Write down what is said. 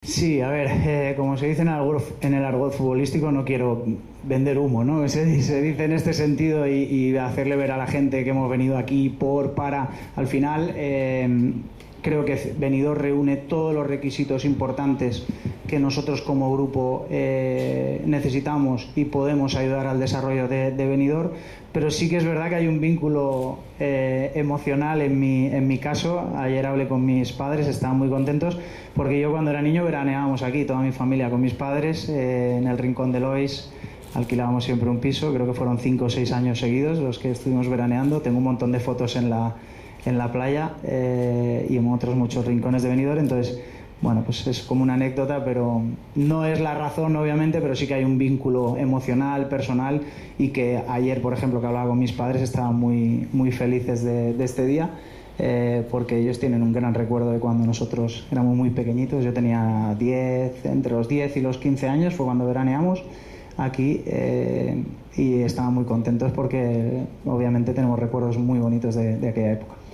Sí, a ver, como se dice en el argot futbolístico, no quiero vender humo, ¿no? Se dice en este sentido y hacerle ver a la gente que hemos venido aquí para. Al final, creo que Benidorm reúne todos los requisitos importantes que nosotros como grupo necesitamos y podemos ayudar al desarrollo de Benidorm, pero sí que es verdad que hay un vínculo emocional en mi caso. Ayer hablé con mis padres, estaban muy contentos porque yo cuando era niño veraneábamos aquí, toda mi familia con mis padres, en el Rincón de Lois. Alquilábamos siempre un piso, creo que fueron 5 o 6 años seguidos los que estuvimos veraneando. Tengo un montón de fotos en la playa y en otros muchos rincones de Benidorm. Entonces, bueno, pues es como una anécdota, pero no es la razón, obviamente, pero sí que hay un vínculo emocional, personal, y que ayer, por ejemplo, que hablaba con mis padres, estaban muy, muy felices de este día, porque ellos tienen un gran recuerdo de cuando nosotros éramos muy pequeñitos. Yo tenía 10, entre los 10 y los 15 años, fue cuando veraneamos aquí, y estaban muy contentos porque obviamente tenemos recuerdos muy bonitos de aquella época.